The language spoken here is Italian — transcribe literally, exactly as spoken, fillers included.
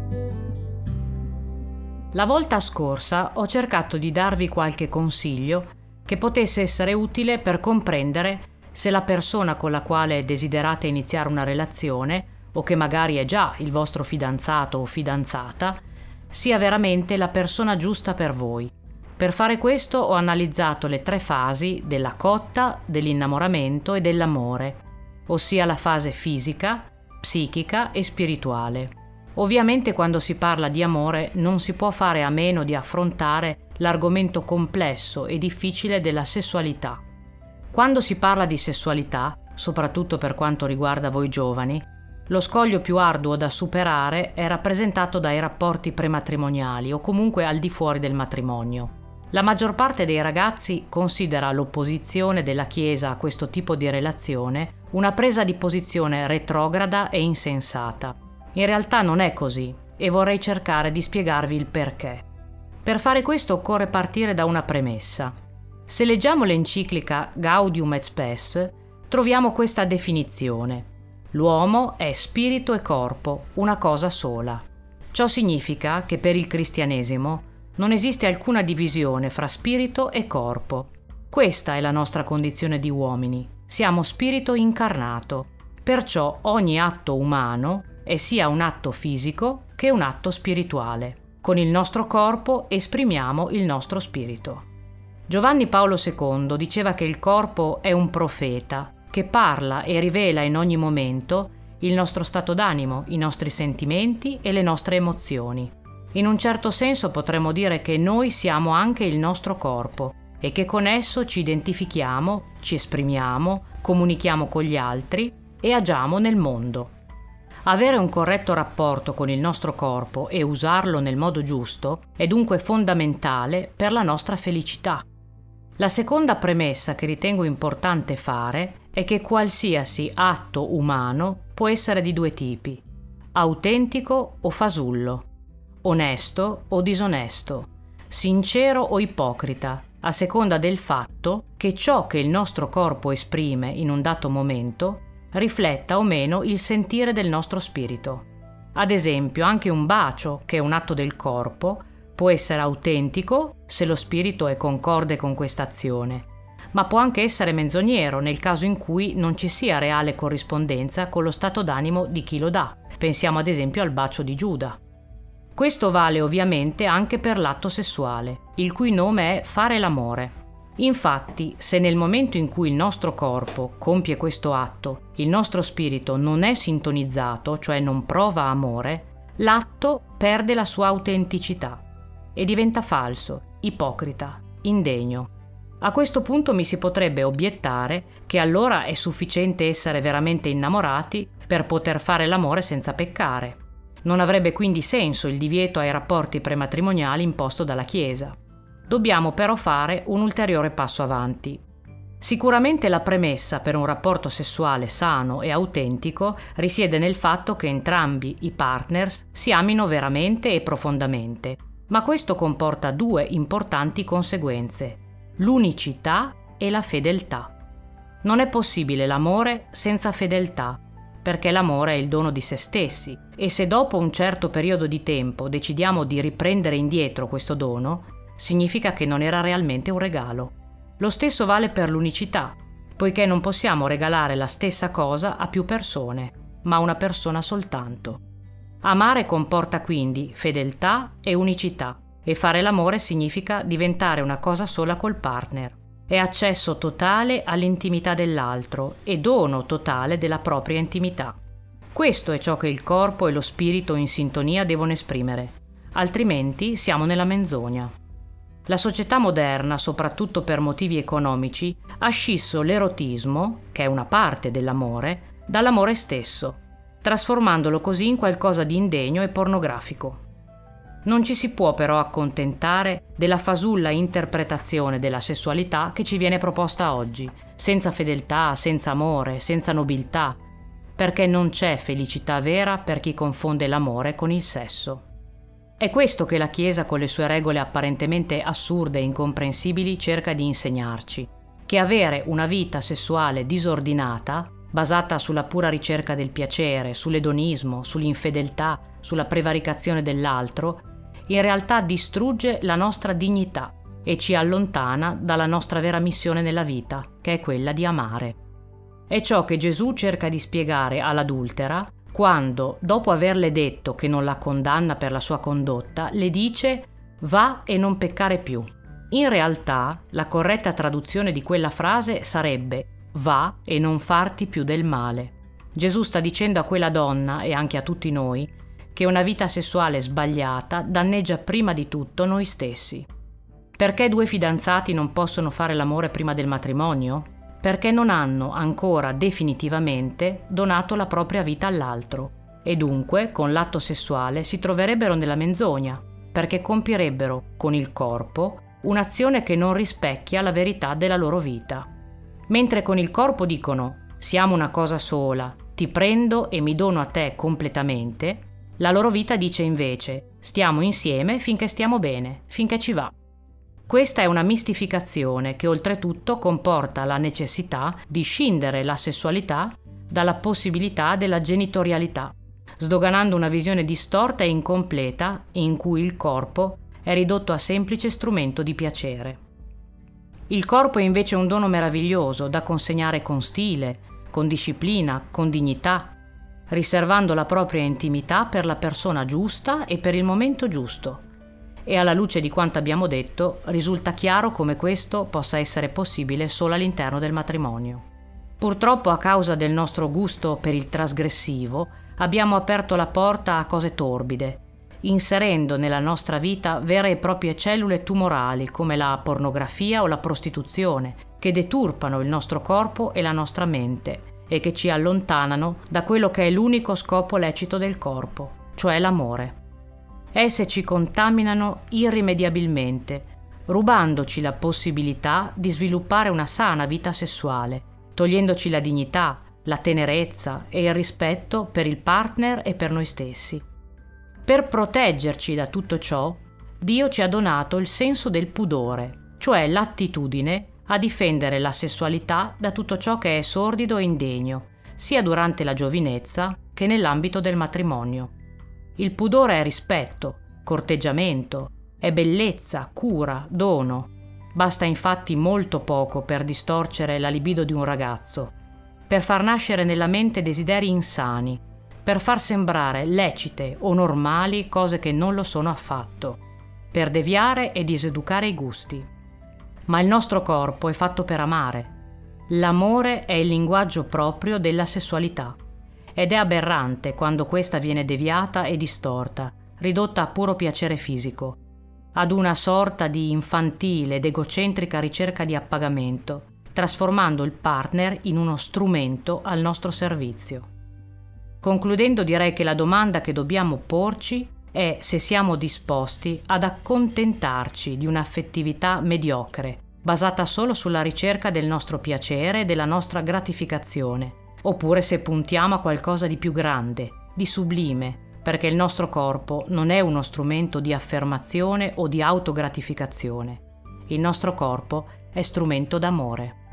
La volta scorsa ho cercato di darvi qualche consiglio che potesse essere utile per comprendere se la persona con la quale desiderate iniziare una relazione, o che magari è già il vostro fidanzato o fidanzata, sia veramente la persona giusta per voi. Per fare questo ho analizzato le tre fasi della cotta, dell'innamoramento e dell'amore, ossia la fase fisica, psichica e spirituale. Ovviamente quando si parla di amore non si può fare a meno di affrontare l'argomento complesso e difficile della sessualità. Quando si parla di sessualità, soprattutto per quanto riguarda voi giovani, lo scoglio più arduo da superare è rappresentato dai rapporti prematrimoniali o comunque al di fuori del matrimonio. La maggior parte dei ragazzi considera l'opposizione della Chiesa a questo tipo di relazione una presa di posizione retrograda e insensata. In realtà non è così e vorrei cercare di spiegarvi il perché. Per fare questo occorre partire da una premessa. Se leggiamo l'enciclica Gaudium et Spes, troviamo questa definizione. L'uomo è spirito e corpo, una cosa sola. Ciò significa che per il cristianesimo non esiste alcuna divisione fra spirito e corpo. Questa è la nostra condizione di uomini. Siamo spirito incarnato. Perciò ogni atto umano è sia un atto fisico che un atto spirituale. Con il nostro corpo esprimiamo il nostro spirito. Giovanni Paolo secondo diceva che il corpo è un profeta che parla e rivela in ogni momento il nostro stato d'animo, i nostri sentimenti e le nostre emozioni. In un certo senso potremmo dire che noi siamo anche il nostro corpo e che con esso ci identifichiamo, ci esprimiamo, comunichiamo con gli altri e agiamo nel mondo. Avere un corretto rapporto con il nostro corpo e usarlo nel modo giusto è dunque fondamentale per la nostra felicità. La seconda premessa che ritengo importante fare è che qualsiasi atto umano può essere di due tipi: autentico o fasullo, onesto o disonesto, sincero o ipocrita, a seconda del fatto che ciò che il nostro corpo esprime in un dato momento rifletta o meno il sentire del nostro spirito. Ad esempio, anche un bacio, che è un atto del corpo, può essere autentico se lo spirito è concorde con questa azione, ma può anche essere menzognero nel caso in cui non ci sia reale corrispondenza con lo stato d'animo di chi lo dà. Pensiamo ad esempio al bacio di Giuda. Questo vale ovviamente anche per l'atto sessuale, il cui nome è fare l'amore. Infatti, se nel momento in cui il nostro corpo compie questo atto, il nostro spirito non è sintonizzato, cioè non prova amore, l'atto perde la sua autenticità e diventa falso, ipocrita, indegno. A questo punto mi si potrebbe obiettare che allora è sufficiente essere veramente innamorati per poter fare l'amore senza peccare. Non avrebbe quindi senso il divieto ai rapporti prematrimoniali imposto dalla Chiesa. Dobbiamo però fare un ulteriore passo avanti. Sicuramente la premessa per un rapporto sessuale sano e autentico risiede nel fatto che entrambi i partners si amino veramente e profondamente, ma questo comporta due importanti conseguenze: l'unicità e la fedeltà. Non è possibile l'amore senza fedeltà, perché l'amore è il dono di se stessi, e se dopo un certo periodo di tempo decidiamo di riprendere indietro questo dono, significa che non era realmente un regalo. Lo stesso vale per l'unicità, poiché non possiamo regalare la stessa cosa a più persone, ma a una persona soltanto. Amare comporta quindi fedeltà e unicità, e fare l'amore significa diventare una cosa sola col partner. È accesso totale all'intimità dell'altro e dono totale della propria intimità. Questo è ciò che il corpo e lo spirito in sintonia devono esprimere, altrimenti siamo nella menzogna. La società moderna, soprattutto per motivi economici, ha scisso l'erotismo, che è una parte dell'amore, dall'amore stesso, trasformandolo così in qualcosa di indegno e pornografico. Non ci si può però accontentare della fasulla interpretazione della sessualità che ci viene proposta oggi, senza fedeltà, senza amore, senza nobiltà, perché non c'è felicità vera per chi confonde l'amore con il sesso. È questo che la Chiesa, con le sue regole apparentemente assurde e incomprensibili, cerca di insegnarci: che avere una vita sessuale disordinata basata sulla pura ricerca del piacere, sull'edonismo, sull'infedeltà, sulla prevaricazione dell'altro, in realtà distrugge la nostra dignità e ci allontana dalla nostra vera missione nella vita, che è quella di amare. È ciò che Gesù cerca di spiegare all'adultera quando, dopo averle detto che non la condanna per la sua condotta, le dice «va e non peccare più». In realtà, la corretta traduzione di quella frase sarebbe «va e non farti più del male». Gesù sta dicendo a quella donna, e anche a tutti noi, che una vita sessuale sbagliata danneggia prima di tutto noi stessi. Perché due fidanzati non possono fare l'amore prima del matrimonio? Perché non hanno ancora definitivamente donato la propria vita all'altro e dunque con l'atto sessuale si troverebbero nella menzogna, perché compirebbero con il corpo un'azione che non rispecchia la verità della loro vita. Mentre con il corpo dicono «siamo una cosa sola, ti prendo e mi dono a te completamente», la loro vita dice invece «stiamo insieme finché stiamo bene, finché ci va». Questa è una mistificazione che oltretutto comporta la necessità di scindere la sessualità dalla possibilità della genitorialità, sdoganando una visione distorta e incompleta in cui il corpo è ridotto a semplice strumento di piacere. Il corpo è invece un dono meraviglioso da consegnare con stile, con disciplina, con dignità, riservando la propria intimità per la persona giusta e per il momento giusto. E alla luce di quanto abbiamo detto, risulta chiaro come questo possa essere possibile solo all'interno del matrimonio. Purtroppo, a causa del nostro gusto per il trasgressivo, abbiamo aperto la porta a cose torbide, inserendo nella nostra vita vere e proprie cellule tumorali come la pornografia o la prostituzione, che deturpano il nostro corpo e la nostra mente e che ci allontanano da quello che è l'unico scopo lecito del corpo, cioè l'amore. Esse ci contaminano irrimediabilmente, rubandoci la possibilità di sviluppare una sana vita sessuale, togliendoci la dignità, la tenerezza e il rispetto per il partner e per noi stessi. Per proteggerci da tutto ciò, Dio ci ha donato il senso del pudore, cioè l'attitudine a difendere la sessualità da tutto ciò che è sordido e indegno, sia durante la giovinezza che nell'ambito del matrimonio. Il pudore è rispetto, corteggiamento, è bellezza, cura, dono. Basta infatti molto poco per distorcere la libido di un ragazzo, per far nascere nella mente desideri insani, per far sembrare lecite o normali cose che non lo sono affatto, per deviare e diseducare i gusti. Ma il nostro corpo è fatto per amare. L'amore è il linguaggio proprio della sessualità. Ed è aberrante quando questa viene deviata e distorta, ridotta a puro piacere fisico, ad una sorta di infantile ed egocentrica ricerca di appagamento, trasformando il partner in uno strumento al nostro servizio. Concludendo, direi che la domanda che dobbiamo porci è se siamo disposti ad accontentarci di un'affettività mediocre, basata solo sulla ricerca del nostro piacere e della nostra gratificazione, oppure se puntiamo a qualcosa di più grande, di sublime, perché il nostro corpo non è uno strumento di affermazione o di autogratificazione. Il nostro corpo è strumento d'amore.